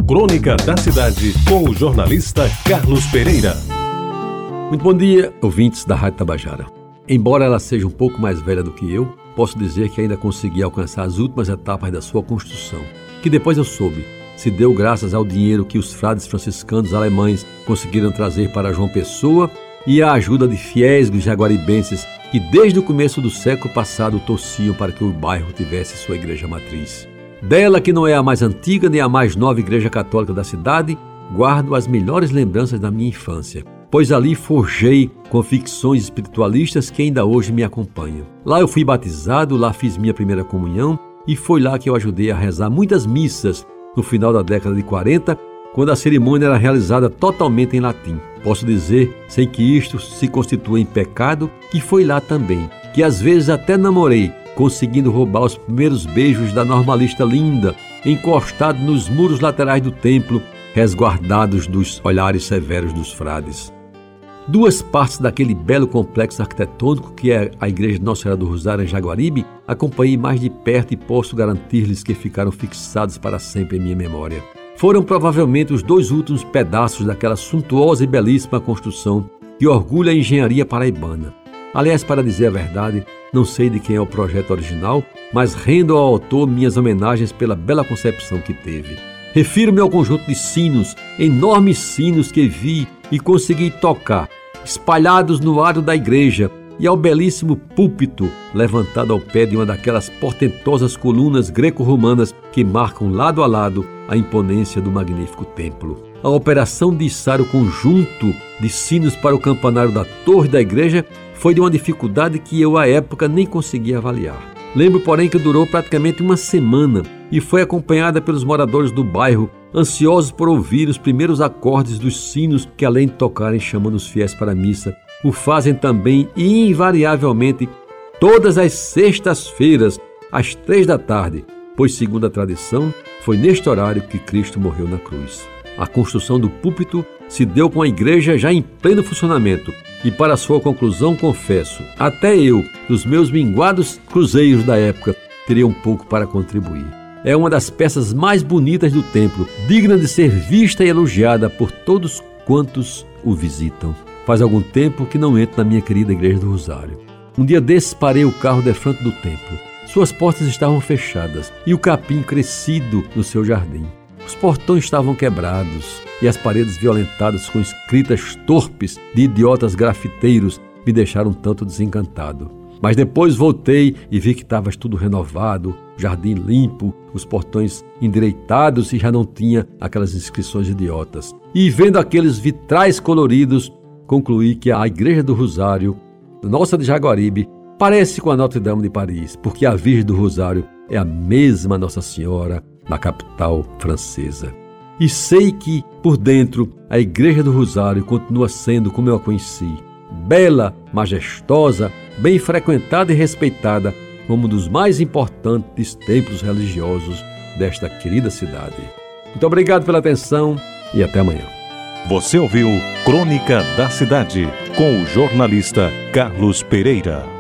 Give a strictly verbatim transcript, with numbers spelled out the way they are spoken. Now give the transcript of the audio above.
Crônica da Cidade, com o jornalista Carlos Pereira. Muito bom dia, ouvintes da Rádio Tabajara. Embora ela seja um pouco mais velha do que eu, posso dizer que ainda consegui alcançar as últimas etapas da sua construção, que depois eu soube, se deu graças ao dinheiro que os frades franciscanos alemães conseguiram trazer para João Pessoa e à ajuda de fiéis jaguaribenses que desde o começo do século passado torciam para que o bairro tivesse sua igreja matriz. Dela, que não é a mais antiga nem a mais nova igreja católica da cidade, guardo as melhores lembranças da minha infância, pois ali forjei convicções espiritualistas que ainda hoje me acompanham. Lá eu fui batizado, lá fiz minha primeira comunhão e foi lá que eu ajudei a rezar muitas missas no final da década de quarenta, quando a cerimônia era realizada totalmente em latim. Posso dizer, sem que isto se constitua em pecado, que foi lá também, que às vezes até namorei, conseguindo roubar os primeiros beijos da normalista linda, encostado nos muros laterais do templo, resguardados dos olhares severos dos frades. Duas partes daquele belo complexo arquitetônico que é a Igreja de Nossa Senhora do Rosário em Jaguaribe, acompanhei mais de perto e posso garantir-lhes que ficaram fixados para sempre em minha memória. Foram provavelmente os dois últimos pedaços daquela suntuosa e belíssima construção que orgulha a engenharia paraibana. Aliás, para dizer a verdade, não sei de quem é o projeto original, mas rendo ao autor minhas homenagens pela bela concepção que teve. Refiro-me ao conjunto de sinos, enormes sinos que vi e consegui tocar, espalhados no aro da igreja, e ao belíssimo púlpito levantado ao pé de uma daquelas portentosas colunas greco-romanas que marcam lado a lado a imponência do magnífico templo. A operação de içar o conjunto de sinos para o campanário da torre da igreja foi de uma dificuldade que eu à época nem conseguia avaliar. Lembro, porém, que durou praticamente uma semana e foi acompanhada pelos moradores do bairro, ansiosos por ouvir os primeiros acordes dos sinos que, além de tocarem chamando os fiéis para a missa, o fazem também e invariavelmente todas as sextas-feiras, às três da tarde, pois, segundo a tradição, foi neste horário que Cristo morreu na cruz. A construção do púlpito se deu com a igreja já em pleno funcionamento e, para sua conclusão, confesso, até eu, dos meus minguados cruzeiros da época, teria um pouco para contribuir. É uma das peças mais bonitas do templo, digna de ser vista e elogiada por todos quantos o visitam. Faz algum tempo que não entro na minha querida Igreja do Rosário. Um dia desses parei o carro defronte do templo. Suas portas estavam fechadas e o capim crescido no seu jardim. Os portões estavam quebrados e as paredes violentadas com escritas torpes de idiotas grafiteiros me deixaram um tanto desencantado. Mas depois voltei e vi que estava tudo renovado, jardim limpo, os portões endireitados e já não tinha aquelas inscrições idiotas. E vendo aqueles vitrais coloridos, concluí que a Igreja do Rosário, nossa de Jaguaribe, parece com a Notre Dame de Paris, porque a Virgem do Rosário é a mesma Nossa Senhora na capital francesa. E sei que, por dentro, a Igreja do Rosário continua sendo como eu a conheci, bela, majestosa, bem frequentada e respeitada como um dos mais importantes templos religiosos desta querida cidade. Muito obrigado pela atenção e até amanhã. Você ouviu Crônica da Cidade, com o jornalista Carlos Pereira.